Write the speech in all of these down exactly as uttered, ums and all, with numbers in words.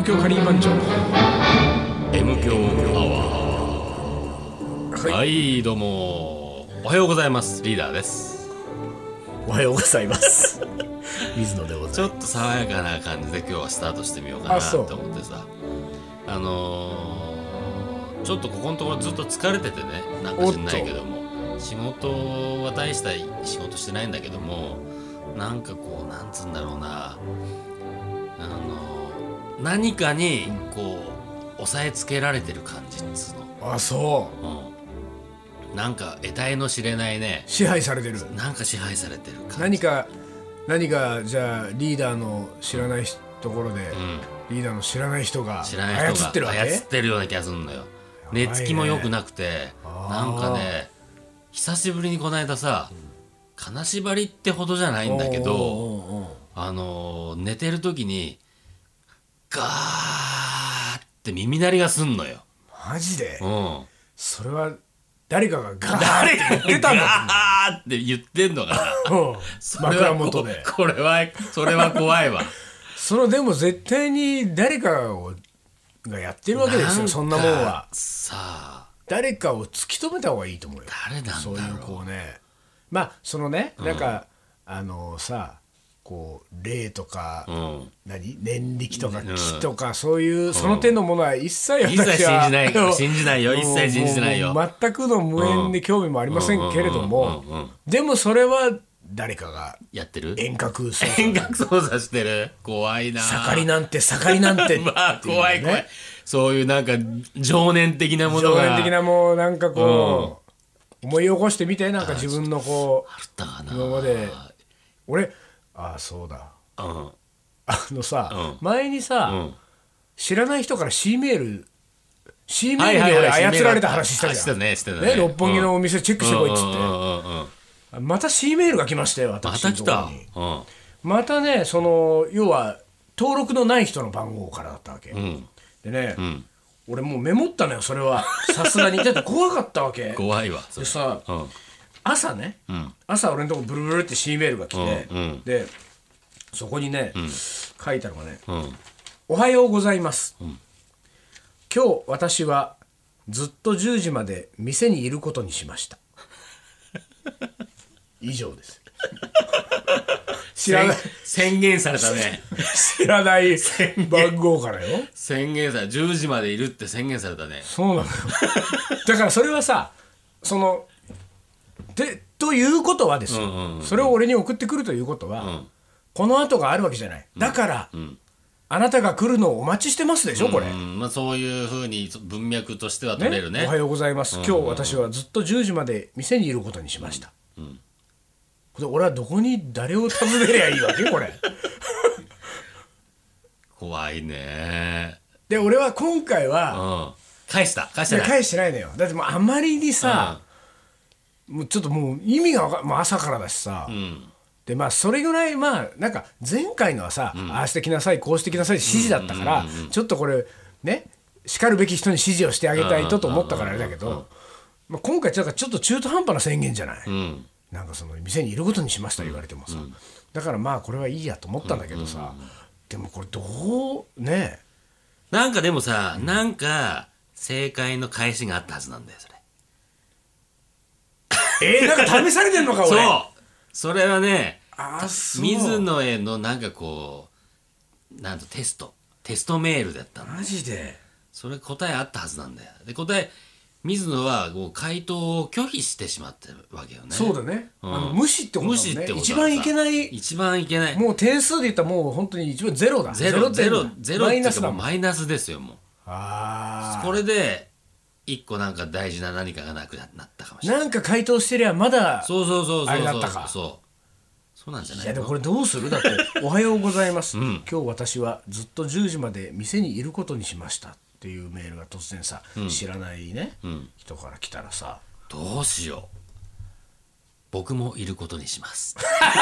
東京カリー番長 M 強アワー。はい、どうもおはようございます。リーダーです。 おはようございます水野でございます。 ちょっと爽やかな感じで今日はスタートしてみようかなと思ってさ、あのー、ちょっとここのところずっと疲れててね、なんか知んないけども、仕事は大した仕事してないんだけども、なんかこうなんつうんだろうな、あのー、何かにこう押さえつけられてる感じっつうの。 あ、そう、 うん、なんか得体の知れないね、 支配されてる、 なんか支配されてる感じ。 何か何かじゃあリーダーの知らないところで、うん、リーダーの知らない人が操ってるわけ、 操ってるような気がするんだよ。寝つきも良くなくて、なんかね、久しぶりにこの間さ、金縛りってほどじゃないんだけど、あの寝てる時にガーって耳鳴りがすんのよ。 マジで？ うん。 それは誰かがガーって言ってたんだ。 ガーって言ってんのかな。 枕元で。 これはそれは怖いわ。 そのでも絶対に誰かをがやってるわけですよ。そんなもんは。 さあ。 誰かを突き止めた方がいいと思うよ。 誰なんだろう。 そういうこうね。まあそのね、なんか、うん、あのさ。こう霊とか、うん、何念力とか気とか、うん、そういうその手のものは一切私は、 うん、一切信じない信じないよ。一切信じないよ。 全くの無縁で興味もありませんけれども、でもそれは誰かがやってる、 遠隔操作遠隔操作してる。怖いな。 盛りなんて盛りなんてっていう、ね、 まあ怖い怖い。そういうなんか情念的なものが、 情念的なもうなんかこう、うん、思い起こしてみて、なんか自分のこう今まで俺ああそうだ、うん、あのさ、うん、前にさ、うん、知らない人から C メール C メールに俺操られた話したじゃん。 してねしてね。 ね、六本木のお店チェックしてこいっつって、また C メールが来ましたよ、私のところに。また来た、うん、またね、その要は登録のない人の番号からだったわけ、うん、でね、うん、俺もうメモったのよ、それはさすがに。だって怖かったわけ。 怖いわ。 でさ、うん、朝ね、うん、朝俺のとこブルブルって C メールが来て、うんうん、でそこにね、うん、書いたのがね、うん、おはようございます、うん、今日私はずっとじゅうじまで店にいることにしました以上です知らない宣言されたね知らない番号からよ。 宣言された。じゅうじまでいるって宣言されたね。 そうなのよだからそれはさ、そのでということはですよ、うんうんうん、それを俺に送ってくるということは、うん、この後があるわけじゃない、だから、うん、あなたが来るのをお待ちしてますでしょ、これ、うん、 まあ、そういうふうに文脈としては取れるね。 ね、おはようございます、うんうんうん、今日私はずっとじゅうじまで店にいることにしました、うんうん、これ俺はどこに誰を訪ねりゃいいわけこれ怖いね。 で俺は今回は、 うん、返した返してない返してないのよ。だってもうあまりにさ、うん、もうちょっともう意味が分かん、もう朝からだしさ、うん、でまあそれぐらい、まあなんか前回のはさ、うん、ああしてきなさいこうしてきなさい指示だったから、うんうんうんうん、ちょっとこれね、しかるべき人に指示をしてあげたいとと思ったからあれだけど、まあ、今回ちょっと中途半端な宣言じゃない、うん、なんかその店にいることにしました言われてもさ、うん、だからまあこれはいいやと思ったんだけどさ、うんうんうん、でもこれどうね、 なんかでもさ、うん、なんか正解の返しがあったはずなんだよそれ。 えー、なんか試されてんのか俺。 そうそれはね、 あ、そう、 水野へのなんかこうなんとテストテストメールだったの。 マジでそれ答えあったはずなんだよ。で答え水野はこう回答を拒否してしまってるわけよね。 そうだね、うん、あの無視ってことだもんね。 無視ってことだ。 一番いけない、 一番いけない、 もう点数で言ったらもう本当に一番ゼロだ。 ゼロゼロゼロマイナスだもん。 マイナスですよもう。 あこれで一個なんか大事な何かがなくなったかもしれない。 なんか回答してりゃまだそうそうそうそうあれだったか。 そうそうなんじゃないの。 いやでもこれどうするだっておはようございます、うん、今日私はずっとじゅうじまで店にいることにしましたっていうメールが突然さ、うん、知らないね、うん、人から来たらさ、 どうしよう、僕もいることにします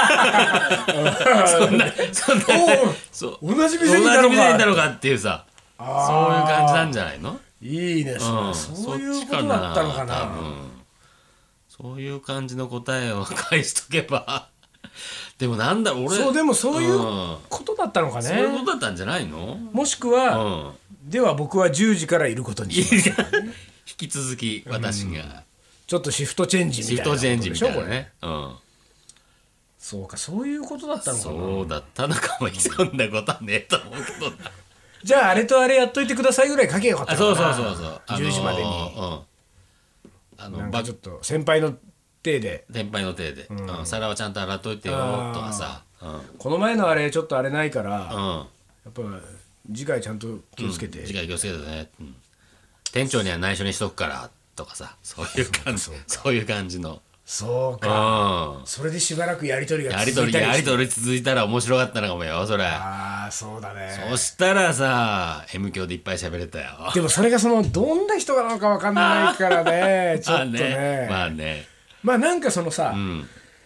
そんなそんなそう同じ店にいたのか同じ店にいたのかっていうさ、そういう感じなんじゃないの。 いいですね、うん、そういうことだったのかな。 多分そういう感じの答えを返しとけばでもなんだろう俺そうでもそういうことだったのかね、 そういうことだったんじゃないの。 もしくは、うん、では僕はじゅうじからいることにします、 引き続き私が、うん、 ちょっとシフトチェンジみたいなことでしょ。シフトチェンジみたいなね、 うん、 そうか、そういうことだったのかな。 そうだったのかも。そんなことはねえと思うけどじゃああれとあれやっといてくださいぐらい書けよかったのかな。 そうそうそうそう、 じゅうじまでに、あのーうん、なんかちょっと先輩の手で先輩の手で、うんうん、皿はちゃんと洗っといてよとかさ、うん、 この前のあれちょっとあれないから、うん、やっぱ次回ちゃんと気をつけて、 うん、次回気をつけてね、うん、店長には内緒にしとくからとかさ、そういう感じ、そうそういう感じの。 そうか、うん、それでしばらくやり取りが続いたりして、 やり取り続いたら面白かったのかもよそれ。 ああそうだね。 そしたらさ M 響でいっぱい喋れたよ。 でもそれがそのどんな人なのか分かんないからねちょっとねまあねまあなんかそのさ、うん、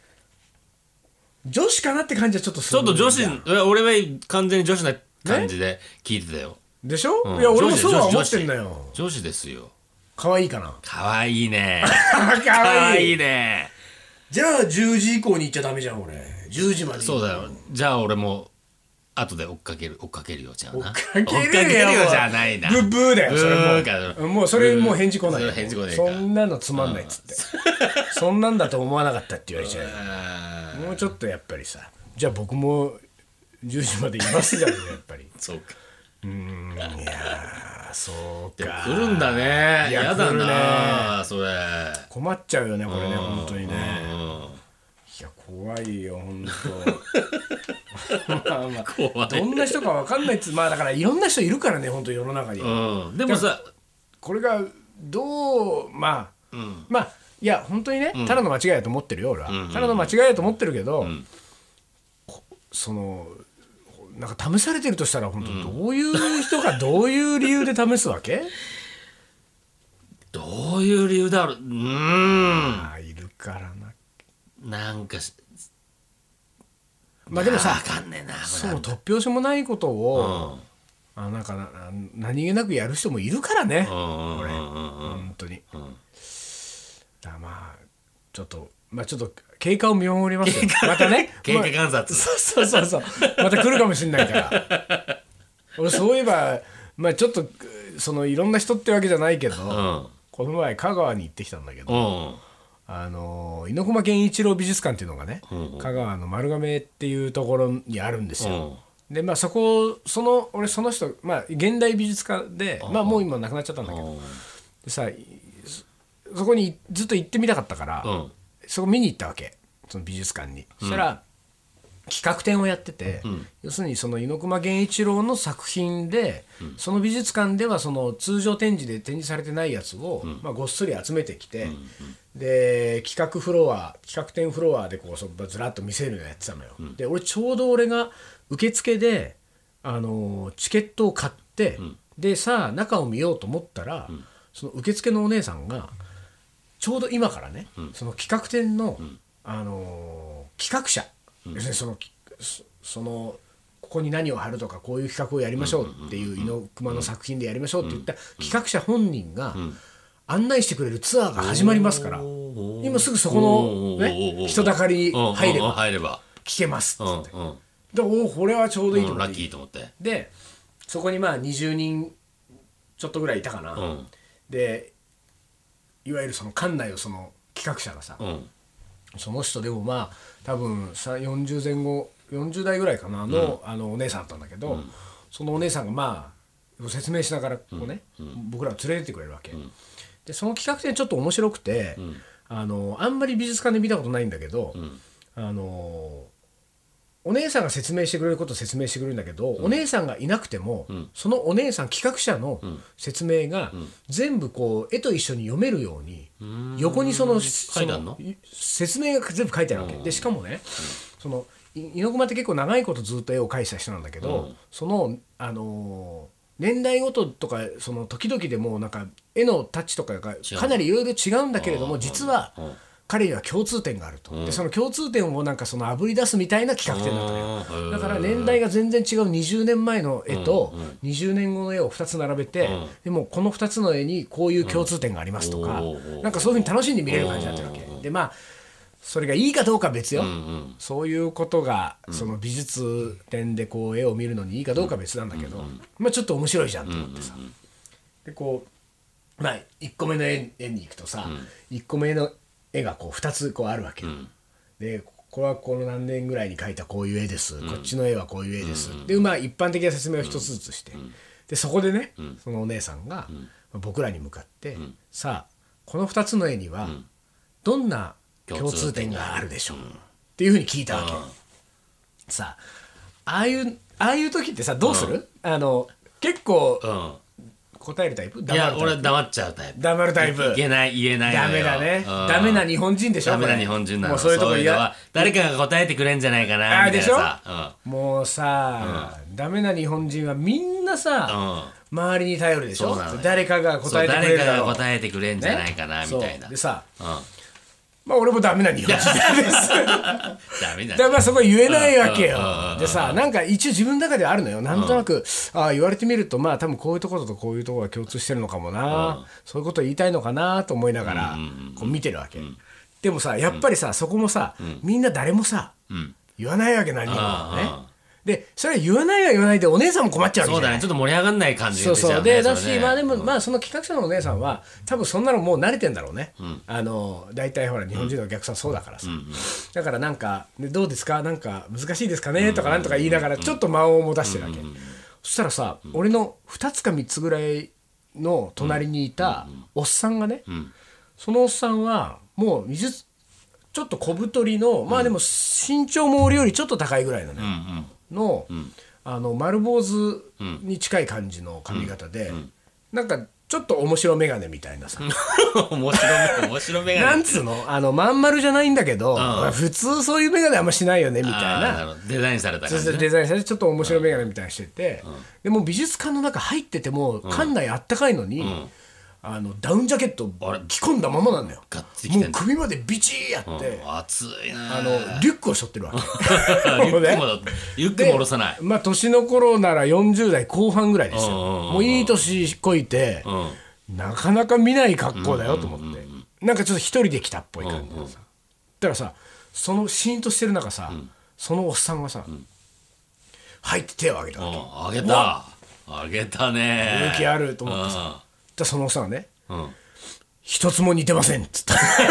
女子かなって感じはちょっとする。ちょっと女子、俺は完全に女子な感じで聞いてたよ、ね、 でしょ、うん、いや俺もそうは思ってんだよ。 女子ですよ。 可愛いかな。 可愛いね可愛いいね。 じゃあじゅうじ以降に行っちゃダメじゃん俺。じゅうじまで。 そうだよ。じゃあ俺も後で追っかける追っかけるよじゃあな。 追っかけるよ。 追っかけるよじゃないな。 ブッブーだよそれもう。もうそれもう返事来ないよ。 返事来ないか。 そんなのつまんないっつって。そんなんだと思わなかったって言われちゃう。もうちょっとやっぱりさ、じゃあ僕もじゅうじまでいますじゃんやっぱり。 そうか。 うーんいやそうか。 来るんだね。やだなそれ。 困っちゃうよねこれね本当にね。いや怖いよ本当。まあまあ怖い。どんな人かわかんないっつ、まあだからいろんな人いるからね本当世の中に。 うん、でもさこれがどうまあ、うん、まあいや本当にね、うん、ただの間違いだと思ってるよ俺は、うんうんうん、ただの間違いだと思ってるけど、うん、そのなんか試されてるとしたら本当どういう人がどういう理由で試すわけ？ どういう理由だろう。うーん。 あいるからな。 なんかまあでもさ、 わかんねえな。 そう突拍子もないことを、うん、あなんかな何気なくやる人もいるからね。これ本当に。うん、だからまあちょっとまあちょっと。経過を見守りますよ。またね経過観察、 そうそうそうそうまた来るかもしれないから俺そういえばまあちょっとそのいろんな人ってわけじゃないけど、うん、この前香川に行ってきたんだけど、うん、あの猪熊健一郎美術館っていうのがね、うん、香川の丸亀っていうところにあるんですよ、うん、でまあそこその俺その人まあ現代美術館で、うん、まあもう今亡くなっちゃったんだけど、うん、でさそこにずっと行ってみたかったから、うんそこ見に行ったわけその美術館に、そしたら、うん、企画展をやってて、うん、要するにその猪熊源一郎の作品で、うん、その美術館ではその通常展示で展示されてないやつを、うんまあ、ごっそり集めてきて、うんうん、で企画フロア企画展フロアでこうそずらっと見せるのやってたのよ、うん、で俺ちょうど俺が受付で、あのー、チケットを買って、うん、でさあ中を見ようと思ったら、うん、その受付のお姉さんがちょうど今からね、うん、その企画展の、うんあのー、企画者、うん、要するにそのそのここに何を貼るとかこういう企画をやりましょうっていう猪熊の作品でやりましょうって言った企画者本人が案内してくれるツアーが始まりますから今すぐそこの、ね、人だかりに入れば聞けますってってでおこれはちょうどいいと思って、 ラッキーと思ってでそこにまあにじゅうにんちょっとぐらいいたかな、うん、でいわゆるその館内をその企画者がさ、うん、その人でもまあ多分よんじゅうぜん後よんじゅう代ぐらいかなの、うん、あのお姉さんだったんだけど、うん、そのお姉さんがまあ説明しながらこうね、うん、僕らを連れてってくれるわけ、うん、でその企画展ちょっと面白くて、うん、あのあんまり美術館で見たことないんだけど、うん、あのお姉さんが説明してくれることを説明してくれるんだけど、うん、お姉さんがいなくても、うん、そのお姉さん企画者の説明が全部こう絵と一緒に読めるように、うん、横にその、その説明が全部書いてあるわけでしかもね、うん、その猪熊って結構長いことずっと絵を描いてた人なんだけど、うん、その、あのー、年代ごととかその時々でもなんか絵のタッチとかがかなりいろいろ違うんだけれども実は彼には共通点があると、うん、でその共通点をなんかそのあぶり出すみたいな企画展だったのよ。だから年代が全然違うにじゅうねんまえの絵とにじゅうねんごの絵をふたつ並べて、うん、でもこのふたつの絵にこういう共通点がありますとか、うん、なんかそういうふうに楽しんで見れる感じになってるわけで、まあそれがいいかどうかは別よ、 うんうん、 そういうことがその美術展でこう絵を見るのにいいかどうかは別なんだけど、うんうん、まあ、ちょっと面白いじゃんと思ってさ、うんうんうん、でこう、まあ、いっこめの 絵, 絵に行くとさ、うん、いっこめの絵がこうふたつこうあるわけよ、うん、でこれはこの何年ぐらいに描いたこういう絵です、うん、こっちの絵はこういう絵です、うん、で、まあ、一般的な説明を一つずつして、うん、でそこでね、うん、そのお姉さんが、うん、僕らに向かって、うん、さあこのふたつの絵にはどんな共通点があるでしょう、うん、っていうふうに聞いたわけ、うん、さあああいうああいう時ってさどうする、うん、あの結構、うん答えるタイプ？ いや俺黙っちゃうタイプ。 黙るタイプ。 いけない言えないのよ。 ダメだね、うん、ダメな日本人でしょ。 ダメな日本人なの。 もうそういうとこ嫌。 誰かが答えてくれんじゃないかなみたいなさ、 うん、もうさ、うん、ダメな日本人はみんなさ、うん、周りに頼るでしょ。誰かが答えてくれるだろう。 誰かが答えてくれんじゃないかな、ね、みたいな。 でさ、うんまあ俺もダメな日本人ですダメだ。 だからまあそこは言えないわけよ。でさなんか一応自分の中ではあるのよ。なんとなくああ言われてみるとまあ多分こういうところとこういうところが共通してるのかもな、そういうことを言いたいのかなと思いながらこう見てるわけ。でもさやっぱりさそこもさみんな誰もさ言わないわけ何もね。でそれは言わないは言わないでお姉さんも困っちゃうわけじゃない。 そうだねちょっと盛り上がんない感じが出ちゃうね。 そうそうでだし、ね、まあでも、うん、まあその企画者のお姉さんは多分そんなのもう慣れてんだろうね、うん、あの大体ほら日本人のお客さんそうだからさ、うん、だからなんかどうですかなんか難しいですかねとかなんとか言いながらちょっと間を持たしてるわけ、うん、そしたらさ、うん、俺のふたつかみっつぐらいの隣にいたおっさんがね、うん、そのおっさんはもう水ちょっと小太りの、うん、まあでも身長も俺よりちょっと高いぐらいのね、うんうん、の、うんあの丸坊主に近い感じの髪型で、うんうん、なんかちょっと面白メガネみたいなさ面白面白メガネなんつうのあのまん丸じゃないんだけど、うん、普通そういうメガネあんましないよねみたいなデザインされた感じ、ね、 デザインされてちょっと面白メガネみたいにしてて、うん、でも美術館の中入ってても館内あったかいのに、うんあのダウンジャケット着込んだままなんだよ。もう首までビチーやって、 うん、暑いなあのリュックを背負ってるわけリュックもリュックも下ろさない。 まあ年の頃ならよんじゅう代後半ぐらいですよ、うんうんうん、もういい年こいて、うん、なかなか見ない格好だよと思って、うんうんうん、なんかちょっと一人で来たっぽい感じでさ、うんうん、だからさそのシーンとしてる中さ、うん、そのおっさんがさ、うん、入って手を挙げたわけ、うん、 挙げた挙げたね勇気あると思ってさ、うんじゃそのおっさんはね、うん、一つも似てませんっつった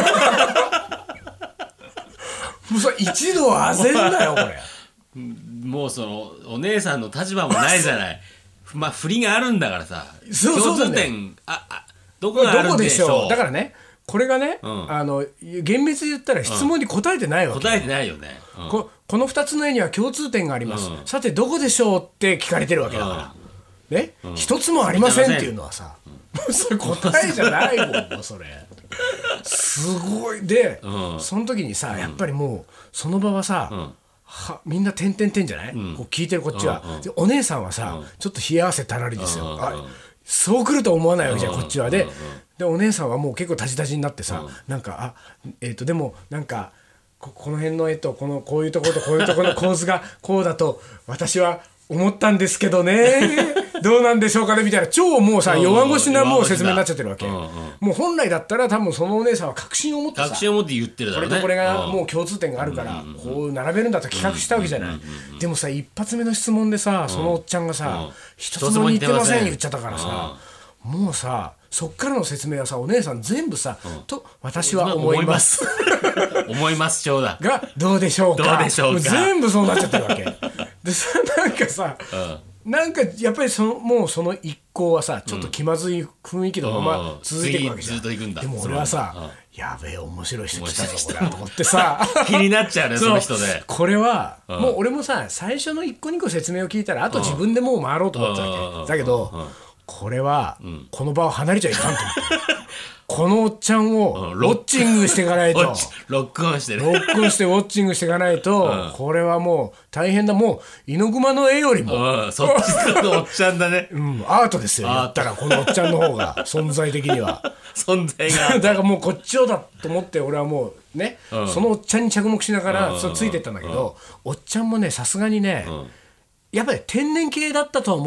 もうさ一度は焦んなよこれもうそのお姉さんの立場もないじゃないまあ振りがあるんだからさそうそう共通点ああどこがあるんでしょう。 どこでしょうだからねこれがね、うん、あの厳密に言ったら質問に答えてないわけ、 うん、答えてないよね、 うん、こ, このふたつの絵には共通点があります、うん、さてどこでしょうって聞かれてるわけだから、うんねうん、一つもありませんっていうのはさそれ答えじゃないもんもうそれすごいで、うん、その時にさやっぱりもうその場はさ、うん、はみんな点々点じゃない、うん、こう聞いてるこっちは、うんうん、でお姉さんはさ、うん、ちょっと冷や汗たらりですよ、うん、あそう来ると思わないわけじゃん、うん、こっちはで、うん、でお姉さんはもう結構タジタジになってさ、うん、なんかあえっとでもなんかこ, この辺の絵とこのこういうところとこういうところの構図がこうだと私は思ったんですけどねどうなんでしょうかねみたいな超もうさ弱腰なもう説明になっちゃってるわけ、うんうん、もう本来だったら多分そのお姉さんは確信を持ってさ確信を持って言ってるだろうねこれとこれがもう共通点があるからこう並べるんだと企画したわけじゃない。でもさ一発目の質問でさそのおっちゃんがさ一つも似てません言っちゃったからさもうさそっからの説明はさお姉さん全部さ、うん、と私は思います思いますそうだがどうでしょうかどうでしょうか全部そうなっちゃってるわけでさなんかさ、うん、なんかやっぱりそのもうその一行はさちょっと気まずい雰囲気のまま続いていくわけじゃん、うん、ずっと行くんだ。でも俺はさ、うん、やべえ面白い人来たぞこれと思ってさ気になっちゃうねその人でこれは、うん、もう俺もさ最初の一個二個説明を聞いたらあと自分でもう回ろうと思ってたわけ、うん、だけど、うんこれは、うん、この場を離れちゃいかんと思ってこのおっちゃんをウォッチングしていかないとロックオンしてねロックオンしてウォッチングしていかないと、うん、これはもう大変だもう猪熊の絵よりも、 うん、そっちのおっちゃんだね、 うん、アートですよ言ったらこのおっちゃんの方が存在的には存在がだからもうこっちをだと思って俺はもうね、うん、そのおっちゃんに着目しながら、うん、そついてったんだけど、うん、おっちゃんもねさすがにね、うん、やっぱり天然系だったとは思うのよ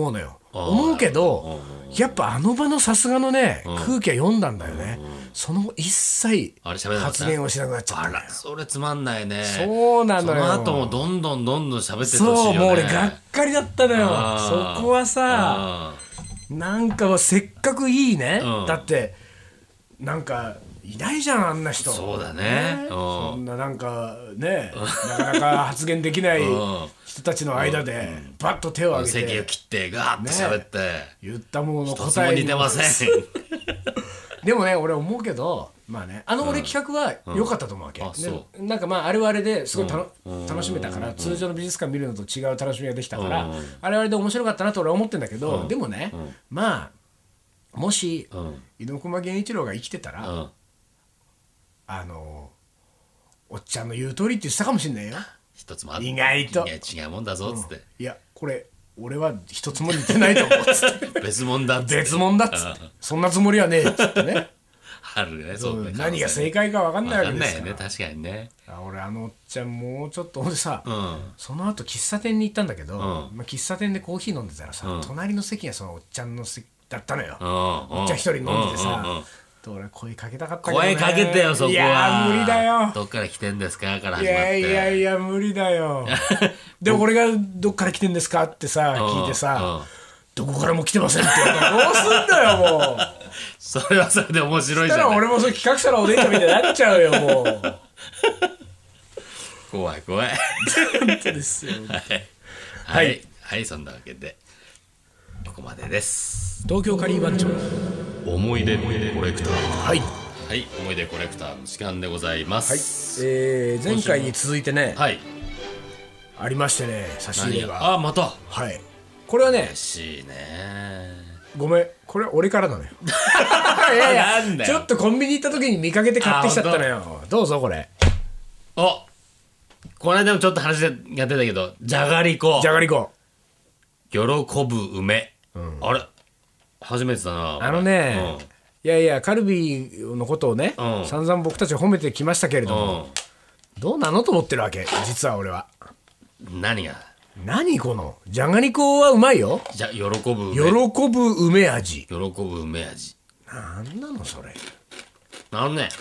思うけど、やっぱあの場のさすがのね、 うん空気は読んだんだよね、その一切あれ喋らなかった発言をしなくなっちゃったあんだよ。 らそれつまんないね。 そうなのよ。 その後もどんどんどんどん喋ってってほしいよね。 そうもう俺がっかりだったのよ。 あーそこはさ、なんかせっかくいいね、 うんだってなんかいないじゃんあんな人。 そうだねうんそんななんかね、なかなか発言できないうん人たちの間でバッと手を挙げて席を切ってガーッと喋って、 言ったものの一つも答えに似てません。 でもね俺思うけど、まあね、あの俺企画は良かったと思うわけ、 うんあそでなんかまああれはあれですごいたの、楽しめたから、通常の美術館見るのと違う楽しみができたから、 うんあれはあれで面白かったなと俺は思ってんだけど、でもね、まあもし、 うん猪熊源一郎が生きてたら、 うんあのおっちゃんの言う通りって言ってたかもしんないよ。 一つもあっ意外といや違うもんだぞっつって、 いやこれ俺は一つも似てないと思うっつって別物だっつって別物だっつってそんなつもりはねえっつってねあるねそうね。 何が正解か分かんないわわかんないよけですから。 ね確かにね。 あ俺あのおっちゃんもうちょっとほんでさ、 うんその後喫茶店に行ったんだけど、 んまあ、喫茶店でコーヒー飲んでたらさ、 うん隣の席がそのおっちゃんの席だったのよ、 うんおっちゃん一人飲んでてさ、 うんうんうんと俺声かけたかったけど、ね、 声かけてよそこはいや無理だよ。 どっから来てんですかからい始まって。 やいやいや無理だよで俺がどっから来てんですかってさ聞いてさ、どこからも来てませんって言ったらどうすんだよもうそれはそれで面白いじしたらゃない。 俺もそれ企画者のお姉ちゃんみたいになっちゃうよもう怖い怖い。 本当ですよはいはいはいそんなわけでここまでです。 東京カリー番長思い出コレクター。 はいはい思い出コレクターの時間でございまはい、 す。 えー、前回に続いてね、 はい。 ありましてね差し入れ何ががあまたはいこれはね嬉しいね。 ごめんこれは俺からなのよいやいやなんだよちょっとコンビニ行った時に見かけて買ってきちゃったのよ。どうぞこれおこの間もちょっと話が出たけどじゃがりこじゃがりこ。 喜ぶ梅、あれ初めてだなあのね、いやいやカルビーのことをね、 うん散々僕たち褒めてきましたけれども、どうなのと思ってるわけ実は俺は。 うん、何が何このじゃがりこはうまいよ。 じゃ喜ぶ喜梅ぶ梅味。 喜ぶ梅味なんなのそれ。 あのね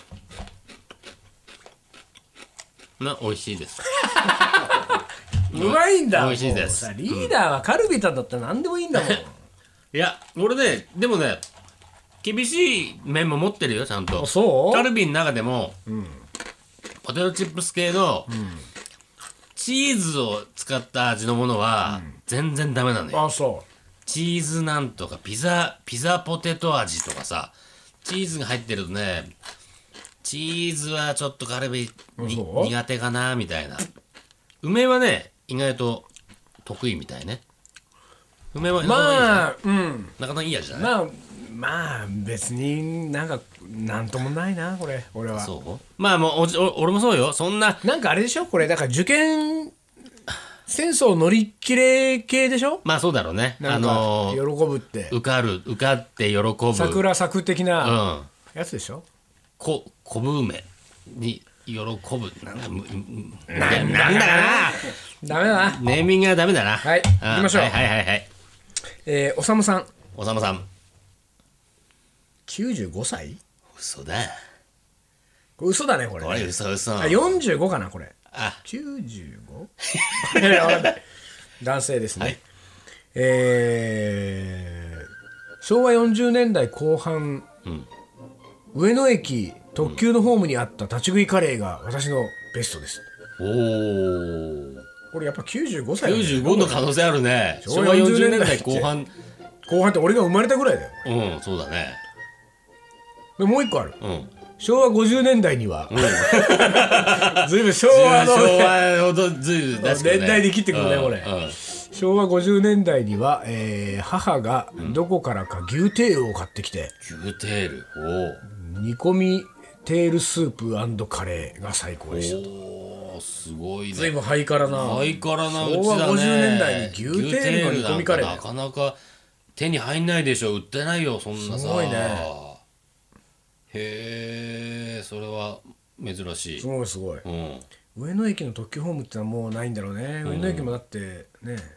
な美味しいですうまいんだ。 美味しいですもうさリーダーはカルビタンだったら何でもいいんだもんいや俺ねでもね厳しい面も持ってるよちゃんと。 そうカルビの中でも、ポテトチップス系の、チーズを使った味のものは、全然ダメなのよ。 あそチーズなんとかピザピザポテト味とかさチーズが入ってるとねチーズはちょっとカルビにそう苦手かなみたいな。梅はね意外と得意みたいね。梅はう。 なかなかいいじゃんまあうんなかなかいい味だね。 まあまあ別になんかなんともないなこれ俺は。 そうまあもうおじお俺もそうよそんななんかあれでしょこれだから受験戦争乗り切れ系でしょ。 まあそうだろうねあなんかの喜ー、 ぶって受かる受かって喜ぶ桜咲く的うなんやつでしょ。 こ昆布梅に喜ぶなんだむななんだかなダメだな。 ネーミングがダメだな。 はいあ行きましょうはいはいはいはいえー、おさむさんおさむさんきゅうじゅうごさい。 嘘だこれ嘘だねこれね。 これ嘘嘘あよんじゅうごかなこれ。 あきゅうじゅうご いやわかんない男性ですね、 はいえー、昭和よんじゅうねんだいこう半、 ん上野駅特急のホームにあった立ち食いカレーが私のベストです。 おおこれやっぱきゅうじゅうごさいきゅうじゅうごの可能性あるね。 昭和昭和よんじゅうねんだよんじゅうねんだいいこう半後半って俺が生まれたぐらいだよ。 うんそうだねでもう一個ある、 うん昭和ごじゅうねんだいには、ずいぶん昭和の、 昭和ほどずいぶん確かにね年代で切ってくるねこれうんうん昭和ごじゅうねんだいには、えー母がどこからか牛テールを買ってきて、 牛テール煮込みテールスープ&カレーが最高でしたと。 おおすごいねずいぶんハイカラなハイカラなうちだね昭和ごじゅうねんだいに牛テールの煮込みカレー牛テールなんかなかなか手に入んないでしょ売ってないよそんなさすごいねへえそれは珍しいすごいすごい、 うん上野駅の特急ホームってのはもうないんだろうね、上野駅もだってね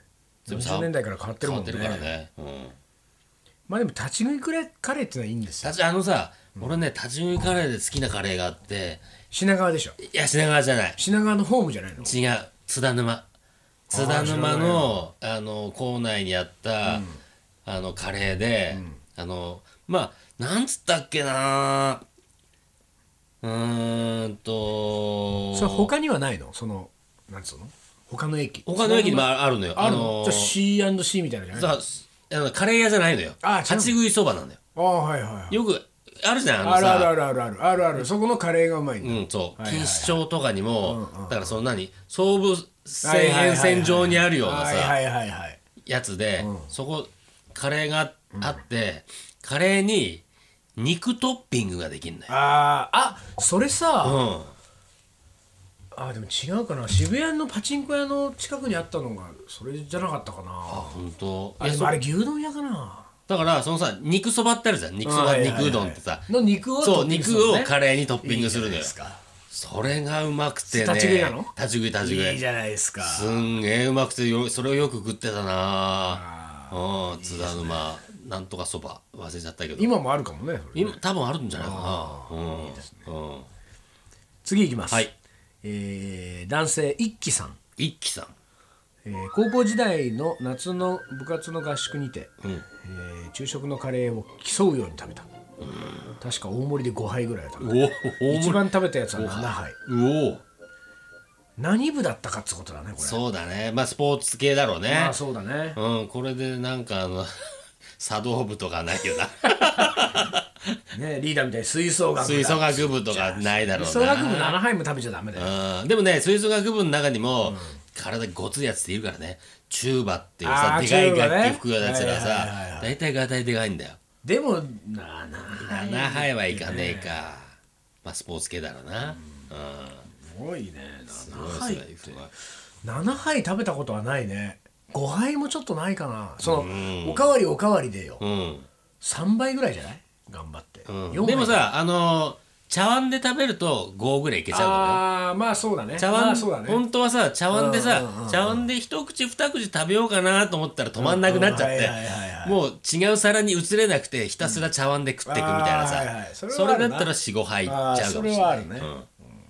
よんじゅうねんだいから変わってるもんね。 変わってるからね、うん、 まあでも立ち食いカレーってのはいいんですよ。 立ちあのさ、うん、俺ね立ち食いカレーで好きなカレーがあって、 品川でしょ。 いや品川じゃない、 品川のホームじゃないの。 違う、津田沼津田沼のあの構内にあった、うん、あのカレーで、うん、あのまあなんつったっけな、うーんとそれ他にはないの、そのなんつうの、他の駅他の駅にもあるのよ。 あるの、じゃあ シーアンドシー みたいなじゃないの。 あのカレー屋じゃないのよ。立ち食いそばなんだよ。 ああはいはい、 よくあるじゃん、あのさ、あるあるあるあるあるある、そこのカレーがうまいんだ。 うん、そう錦糸町とかにも、だからその何総武線沿線上にあるようなさやつで、そこカレーがあって、カレーに肉トッピングができるんだよ。 ああ、それさ、うん、あでも違うかな、渋谷のパチンコ屋の近くにあったのがそれじゃなかったかな。あ本当。 あれあれ牛丼屋かな。 だからそのさ肉そばってあるじゃん、肉そば、肉うどんってさの肉をそう肉をカレーにトッピングするのよ。それがうまくてね。 立ち食いなの？ 立ち食い立ち食い。 いいじゃないですか。 すんげえうまくてよ、それをよく食ってたな。うん、津田沼なんとかそば忘れちゃったけど。 今もあるかもね。 今多分あるんじゃないかな。うん。 いいですね。次いきます。 はい。 えー、男性一輝さん。 一輝さん。 えー、高校時代の夏の部活の合宿にて、 うん、 えー、昼食のカレーを競うように食べた。うん、確か大盛りでごはいぐらい食べた。一番食べたやつはななはい。 おお。 何部だったかってことだねこれ。 そうだね。まあスポーツ系だろうね。 まあそうだね。 うん、これでなんかあの茶道部とかないよな。 ね、リーダーみたいに吹奏楽吹奏楽部とかないだろうな。 吹奏楽部ななはいも食べちゃダメだよ。 うん、でもね吹奏楽部の中にも、うん、体ごついやつっているからね。チューバっていうさでかい楽器吹くやつらさ大体がたいでかいんだよ。 でもななはいはいかねえか。まあスポーツ系だろうな。 すごいね。ななはいってななはい食べたことはないね。ごはいもちょっとないかな。そのおかわりおかわりでよ、うん、さんばいぐらいじゃない頑張って、 うん、でもさあのー茶碗で食べるとごぐらいいけちゃうのよ。 ああまあそうだね。 茶碗、 まあそうだね、 本当はさ茶碗でさ、うんうんうん、茶碗で一口二口食べようかなと思ったら止まんなくなっちゃってもう違う皿に移れなくてひたすら茶碗で食っていくみたいなさ、うんはいはい、そ, れそれだったら よん,ご 杯いっちゃうかもしれない。それはあるね、うんうん、なるほ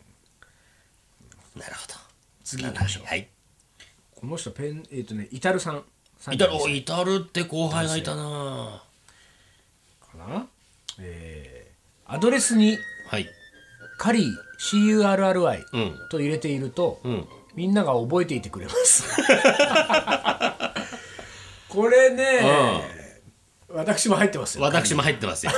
ど。 次行きましょう。 はい、 この人ペンえっ、ー、とねイタルさん。 イタルおイタルって後輩がいたなかな。えー、アドレスにはいカリー シーユーアールアールワイ と入れていると、うん、みんなが覚えていてくれますこれね、うん、私も入ってますよ。 私も入ってますよ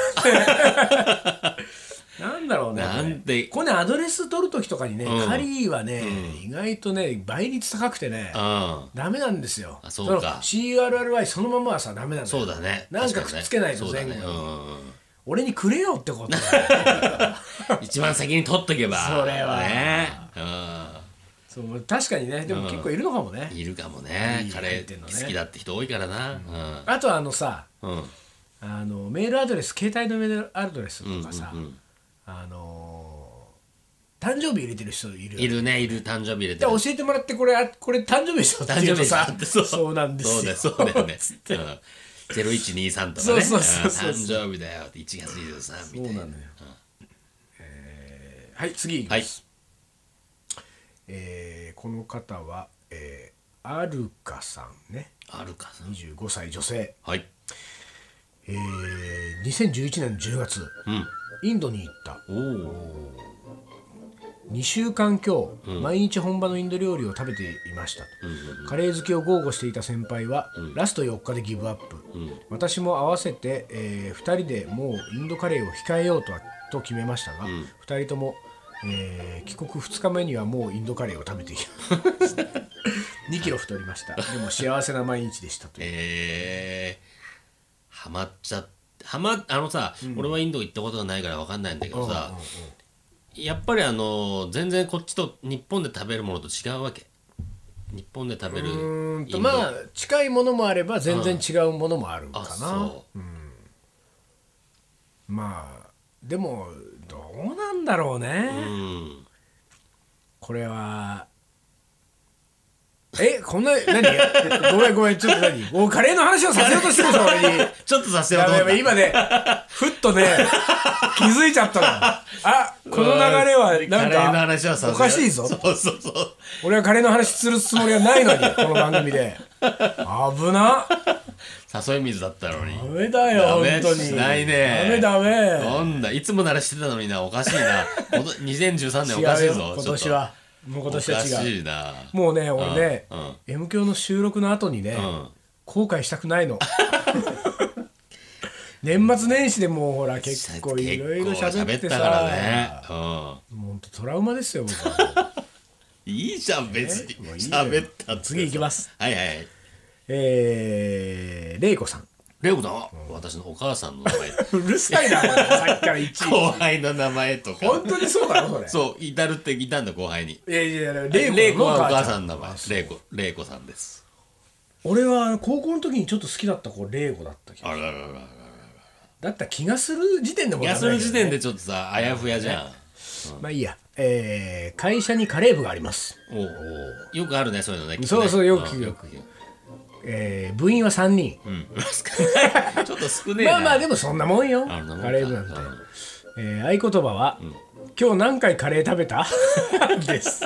なんだろうね。 なんでこれねアドレス取るときとかにね、うん、カリーはね、うん、意外とね倍率高くてね、うん、ダメなんですよ。 あそうか。 シーユーアールアールワイ そのままはさダメなんだよ。 そうだね。 なんかくっつけないと前後に、ねうん、俺にくれよってこと一番先に取っとけばそれはね、 うん、そう確かにね。でも結構いるのかもね、 うん、いるかもね。カレー好きだって人多いからな、うん、 あとはあのさ、うん、あのメールアドレス携帯のメールアドレスとかさ、うんうんうん、あのー、誕生日入れてる人いるいるね。いる。誕生日入れてる。 教えてもらってこれこれ誕生日でしょって言うとさそうそうなんですよ。 そうだよねゼロいちにさんとかねそうそうそうそう誕生日だよっていちがつにじゅうさんみたいな。そうなのよ、うんえー、はい次いきます、はいえー、この方は、えー、アルカさんね。 アルカさんにじゅうごさい女性。 はいえー、にせんじゅういちねんのじゅうがつ、うん、インドに行った。おおにしゅうかん強、うん、毎日本場のインド料理を食べていました、うんうんうん、カレー好きを豪語していた先輩は、うん、ラストよっかでギブアップ、うん、私も合わせて、えー、ふたりでもうインドカレーを控えようとはと決めましたが、うん、ふたりとも、えー、帰国ふつかめにはもうインドカレーを食べていましたにキロ太りました。でも幸せな毎日でしたという。 えー、ハマっちゃってハマあのさ、うん、俺はインド行ったことがないから分かんないんだけどさ、うんうんうんやっぱりあの全然こっちと日本で食べるものと違うわけ。日本で食べるうーんとまあ近いものもあれば全然違うものもあるかな、うん、あそう、うん、まあでもどうなんだろうね、うん、これはえこんな何ごめんごめんちょっと何もうカレーの話をさせようとしてるでしょ俺にちょっとさせようと思った。 今ねふっとね気づいちゃったの。あこの流れはなんカレーのか話はさせようおかしいぞ。 そうそうそう。 俺はカレーの話するつもりはないのにこの番組で危な誘い水だったのに。 ダメだよダメ本当にしないね。 ダメダメなんだいつもならしてたのにな。おかしいな。ことにせんじゅうさんねんおかしいぞ。 違うよ今年はもう今年は違う。 おかしいな。 もうね俺ね、 うんうん M 響の収録の後にね、 ん後悔したくないの年末年始でもうほら結構いろいろ喋ってさ結構喋ったからね。うん。 もうほんとトラウマですよ僕はいいじゃん別にもういいよ喋ったって次行きます。 はいはい。 えー、れいこさんレオだ、私のお母さんの名前うるさいな俺さっきからいちいち後輩の名前とか本当にそうだろそれそう至るっていたんだ後輩に。 いやいやレイコはおレイコの母さんの名あ前。レイコレイコさんです。 俺は高校の時にちょっと好きだった子レイコだった気があららららら。 だった気がする時点でもいやダメだけどねその時点でちょっとさあやふやじゃん。 まあいいや、えー、会社にカレー部があります、 おうおうよくあるねそういうのね。きっとねそうそうよく聞くんよく聞く。 えー、部員はさんにん、 うん少ないちょっと少ねえな。 まあまあでもそんなもんよあそんなもんかカレー部なんて、 うんえー、合言葉は、今日何回カレー食べたです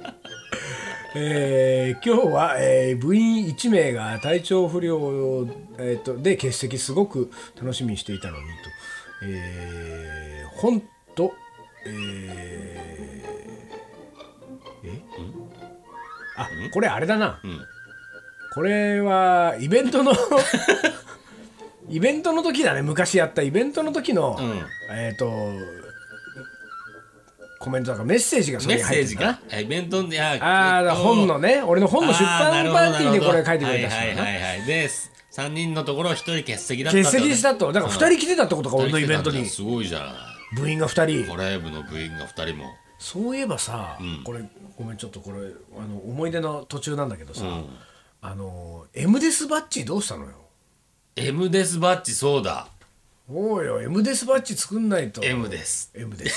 えー、今日は、えー、部員いち名が体調不良、えー、とで欠席すごく楽しみにしていたのにと、えー、本と、えー、えあこれあれだな、 んこれはイベントのイベントの時だね昔やったイベントの時の、 うんえっ、とコメントだからメッセージがそれメッに入ってるかセージかな。 イベントであああ、だから本のね、俺の本の出版パーティーでこれ書いてくれた人はいはいだな。 はいはいでさんにんのところひとり欠席だったって欠ことね席したと、だからふたり来てたってことか、俺のイベントに。 すごいじゃない。 部員がふたり。 バレー部の部員がふたりも。 そういえばさ、 んこれ、ごめん、ちょっとこれ、あの思い出の途中なんだけどさ、 んあの、M デスバッジどうしたのよ。 M デスバッジそうだ。 おうよ、M デスバッジ作んないと。 M です。 M です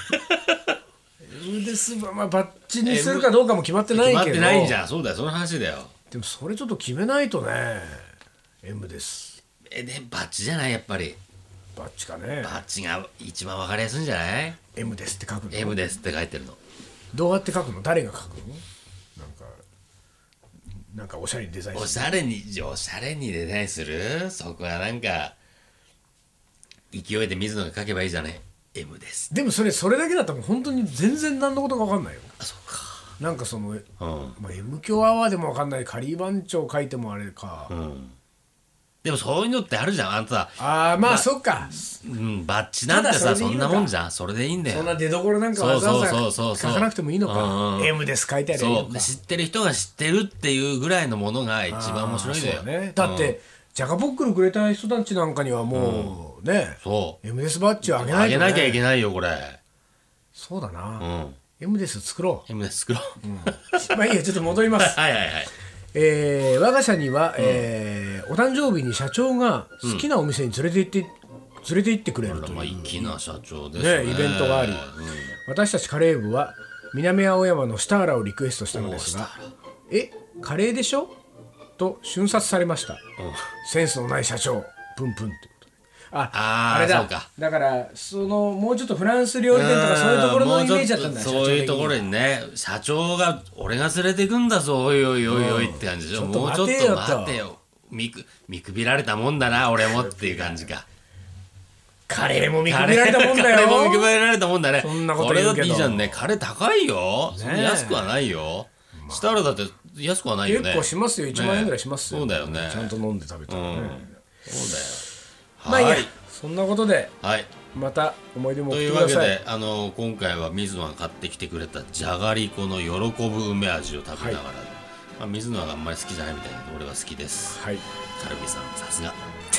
。M デスバ、まあ、バッジにするかどうかも決まってないけど。 決まってないじゃん。そうだよその話だよ。 でもそれちょっと決めないとね。M です。 えでバッジじゃないやっぱり。 バッジかね。 バッジが一番わかりやすいんじゃない M ですって書くの。 ?M ですって書いてるの。 どうやって書くの？誰が書くの？なんかなんかおしゃれにデザインおすしゃれにおしゃれにデザインするそこはなんか勢いで水野が書けばいいじゃね。 M です。 る。でもそれそれだけだったら本当に全然何のことか分かんないよ。 あそうか。 なんかその、 うんまあ、M 響アワーでも分かんない仮番長書いてもあれか、 うんでもそういうのってあるじゃんあんた。 ああまあそっか、 うんバッジなんてたださそんそれでいいのかなもんじゃん。それでいいんだよ。 そんな出どころなんかわざわざそうそうそうそう書かなくてもいいのか、 うんうん M です書いてあればいいのか。 そうで知ってる人が知ってるっていうぐらいのものが一番面白いんだよ。 あーそうね、だって、ジャガポックルくれた人たちなんかにはもうね、 そう M ですバッジをあげなあいと、ね、 げなきゃいけないよこれ。 そうだな、 うん M です作ろ M です作ろう、 うまあいいやちょっと戻りますはいはいはい。 えー我が社には、えーお誕生日に社長が好きなお店に連れて行って、連れて行ってくれるという、 まあ粋な社長ですねねイベントがあり、 うん私たちカレー部は南青山のシターラをリクエストしたのですが「えカレーでしょ?」と瞬殺されました。センスのない社長プンプンってことで、ああーあれだそうかだからそのもうちょっとフランス料理店とかそういうところのイメージだったんだよ。 もうちょっとそういうところにね社長が俺が連れてくんだぞおいおいおいおいって感じでしょ、 うんちょっともうちょっと待てよと待てよ見く見くびられたもんだな俺もっていう感じか。 カレーも見くびられたもんだよ。 カレーも見くびられたもんだね。 そんなことこれ言うけどだっていいじゃんね。カレー高いよ、 ねえそんな安くはないよ。したらだって安くはないよね。 結構しますよいちまん円ぐらいしますよ、 そうだよね。 ちゃんと飲んで食べたらね、 そうだよ。 まあいいや、 はいそんなことではい。 また思い出もと送っいうわけでてください。 あの今回は水野が買ってきてくれたじゃがりこの喜ぶ梅味を食べながら、まあ、水野はあんまり好きじゃないみたいなので俺は好きです。 はいカルビさんさすが。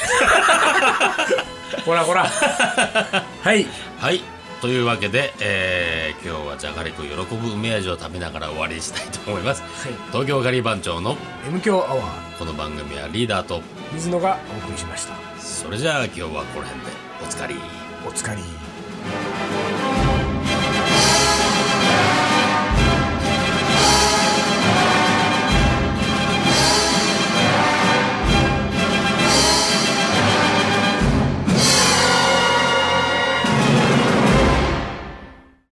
ほらほらはいはいというわけで、えー、今日はじゃがりこ喜ぶ梅味を食べながら終わりにしたいと思います、 はい東京ガリ番長の M 強アワーこの番組はリーダーと水野がお送りしました。 それじゃあ今日はこの辺でおつかり。 おつかり。